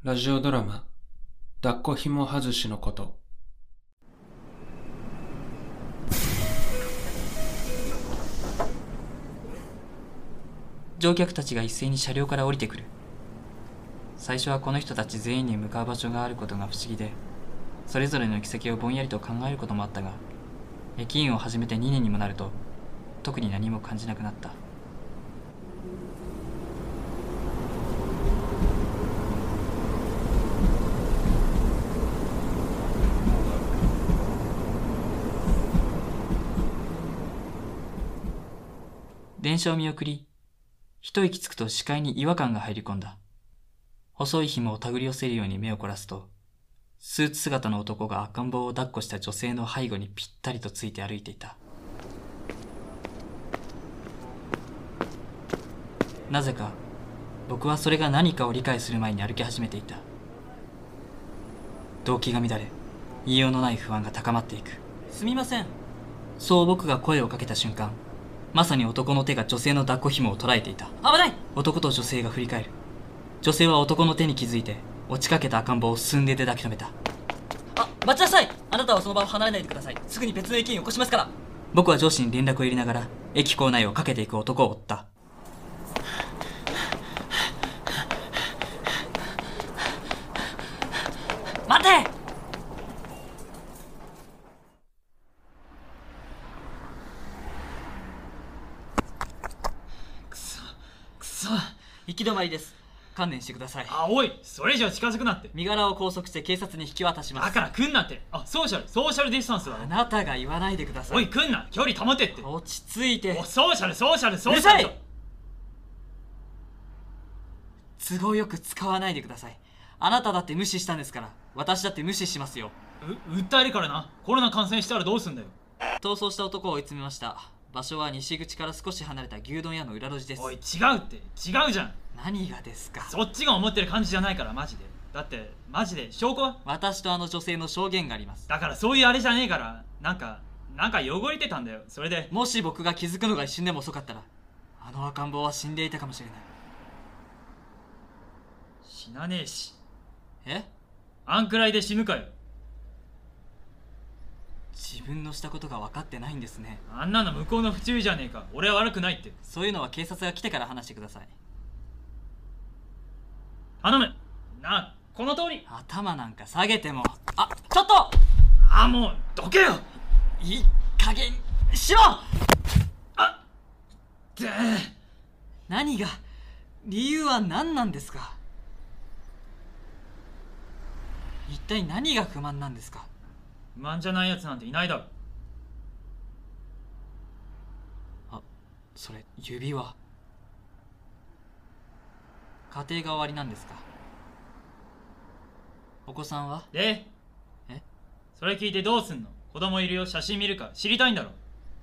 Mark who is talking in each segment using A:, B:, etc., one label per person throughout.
A: ラジオドラマ抱っこひも外しのこと。
B: 乗客たちが一斉に車両から降りてくる。最初はこの人たち全員に向かう場所があることが不思議で、それぞれの行き先をぼんやりと考えることもあったが、駅員を始めて2年にもなると特に何も感じなくなった。電車を見送り、一息つくと視界に違和感が入り込んだ。細い紐を手繰り寄せるように目を凝らすと、スーツ姿の男が赤ん坊を抱っこした女性の背後にぴったりとついて歩いていた。なぜか僕はそれが何かを理解する前に歩き始めていた。動機が乱れ、言いようのない不安が高まっていく。すみません。そう僕が声をかけた瞬間、まさに男の手が女性の抱っこ紐を捉えていた。危ない！男と女性が振り返る。女性は男の手に気づいて落ちかけた赤ん坊を寸で抱き止めた。待ちなさい！あなたはその場を離れないでください。すぐに別の駅員を起こしますから。僕は上司に連絡を入れながら駅構内をかけていく男を追った。待て！くそ、行き止まりです。観念してください。
C: おい、それ以上近づくなって。
B: 身柄を拘束して警察に引き渡します。
C: だから来んなって。ソーシャルディスタンスだろ。
B: あなたが言わないでください。
C: おい、来んな、距離保てって。
B: 落ち着いて。
C: ソーシャル
B: うるさい！都合よく使わないでください。あなただって無視したんですから、私だって無視しますよ。
C: 訴えるからな。コロナ感染したらどうすんだよ。
B: 逃走した男を追い詰めました。場所は西口から少し離れた牛丼屋の裏路地です。
C: おい、違うって。違うじゃん。
B: 何がですか？
C: そっちが思ってる感じじゃないから、マジで。だってマジで証拠は？
B: 私とあの女性の証言があります。
C: だからそういうあれじゃねえから。なんか汚れてたんだよ。それで
B: もし僕が気づくのが一瞬でも遅かったら、あの赤ん坊は死んでいたかもしれない。
C: 死なねえし。
B: え？
C: あんくらいで死ぬかよ。
B: 自分のしたことが分かってないんですね。
C: あんなの向こうの不注意じゃねえか。俺は悪くないって。
B: そういうのは警察が来てから話してください。
C: 頼むなあ、この通り。
B: 頭なんか下げても。ちょっと！
C: もうどけよ。
B: いい加減しろ！何が？理由は何なんですか？一体何が不満なんですか？
C: 不満じゃないやつなんていないだろ。
B: それ指輪。家庭が終わりなんですか？お子さんは？
C: で、それ聞いてどうすんの？子供いるよ、写真見るか知りたいんだろ。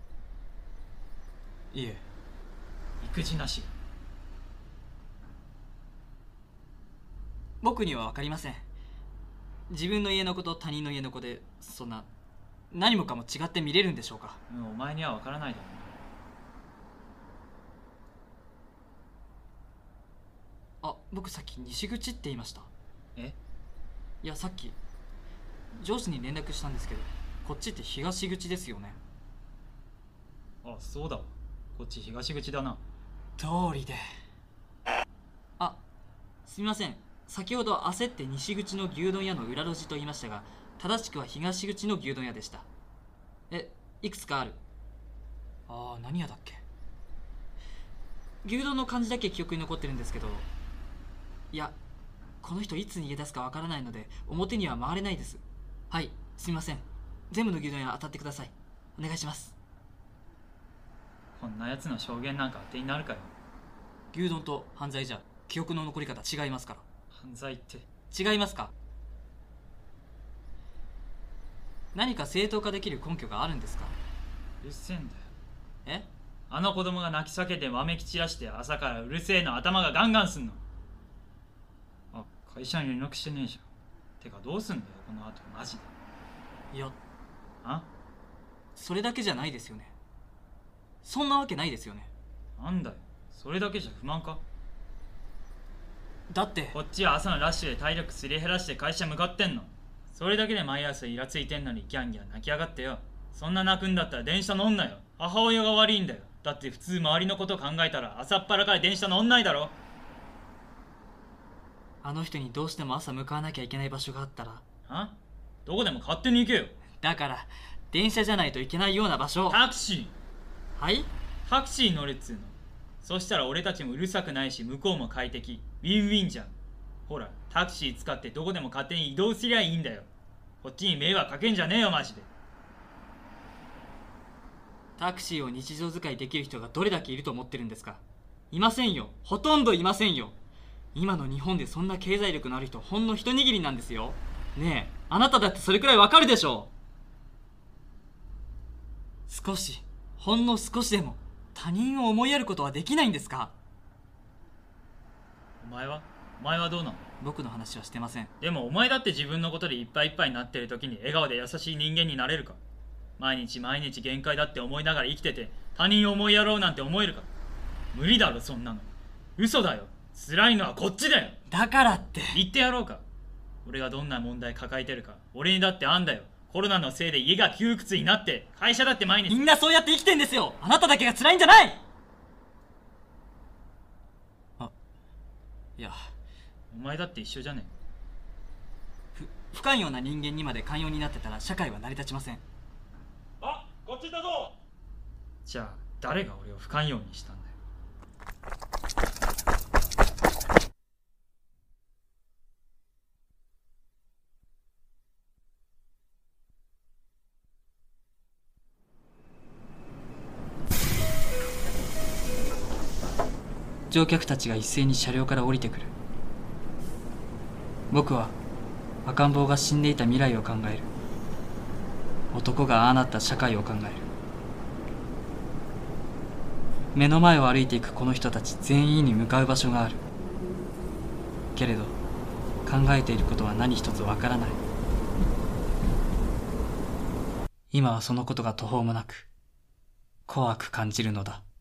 B: いえ。
C: 育児なし。
B: 僕には分かりません。自分の家の子と他人の家の子でそんな何もかも違って見れるんでしょうか？
C: お前には分からないだろ
B: う。僕さっき西口って言いました。いや、さっき上司に連絡したんですけど、こっちって東口ですよね。
C: そうだわ。こっち東口だな。
B: 通りで。すみません。先ほど焦って西口の牛丼屋の裏路地と言いましたが、正しくは東口の牛丼屋でした。いくつかある。何屋だっけ？牛丼の漢字だけ記憶に残ってるんですけど、いや、この人いつ逃げ出すかわからないので表には回れないです。はい、すみません。全部の牛丼屋当たってください。お願いします。
C: こんなやつの証言なんか当てになるかよ。
B: 牛丼と犯罪じゃ記憶の残り方違いますから。
C: 犯罪って
B: 違いますか？何か正当化できる根拠があるんですか？
C: うるせえんだよ。
B: え？
C: あの子供が泣き叫んでわめき散らして朝からうるせえの頭がガンガンすんの。会社に連絡してねえじゃん。てかどうすんだよこの後マジで。
B: いや、それだけじゃないですよね。そんなわけないですよね。
C: なんだよ、それだけじゃ不満か？
B: だって
C: こっちは朝のラッシュで体力すり減らして会社向かってんの。それだけで毎朝イラついてんのにギャンギャン泣きやがってよ。そんな泣くんだったら電車乗んなよ。母親が悪いんだよ。だって普通周りのこと考えたら朝っぱらから電車乗んないだろ。
B: あの人にどうしても朝向かわなきゃいけない場所があったら。
C: どこでも勝手に行けよ。
B: だから電車じゃないといけないような場所。
C: タクシー。
B: はい。
C: タクシーに乗れっつうの。そしたら俺たちもうるさくないし向こうも快適。ウィンウィンじゃん。ほらタクシー使ってどこでも勝手に移動すりゃいいんだよ。こっちに迷惑かけんじゃねえよマジで。
B: タクシーを日常使いできる人がどれだけいると思ってるんですか。いませんよ。ほとんどいませんよ。今の日本でそんな経済力のある人ほんの一握りなんですよ。ねえ、あなただってそれくらいわかるでしょう。少し、ほんの少しでも他人を思いやることはできないんですか。
C: お前はどうなの。
B: 僕の話はしてません。
C: でもお前だって自分のことでいっぱいいっぱいになってる時に笑顔で優しい人間になれるか。毎日毎日限界だって思いながら生きてて他人を思いやろうなんて思えるか。無理だろそんなの。嘘だよ。辛いのはこっちだよ。
B: だからって
C: 言ってやろうか。俺がどんな問題抱えてるか俺にだってあんだよ。コロナのせいで家が窮屈になって会社だって毎日。
B: みんなそうやって生きてんですよ。あなただけが辛いんじゃない。いや、
C: お前だって一緒じゃね
B: え。不寛容な人間にまで寛容になってたら社会は成り立ちません。
C: こっちだぞ。じゃあ誰が俺を不寛容にしたんだよ。
B: 乗客たちが一斉に車両から降りてくる。僕は赤ん坊が死んでいた未来を考える。男がああなった社会を考える。目の前を歩いていくこの人たち全員に向かう場所がある。けれど考えていることは何一つわからない。今はそのことが途方もなく怖く感じるのだ。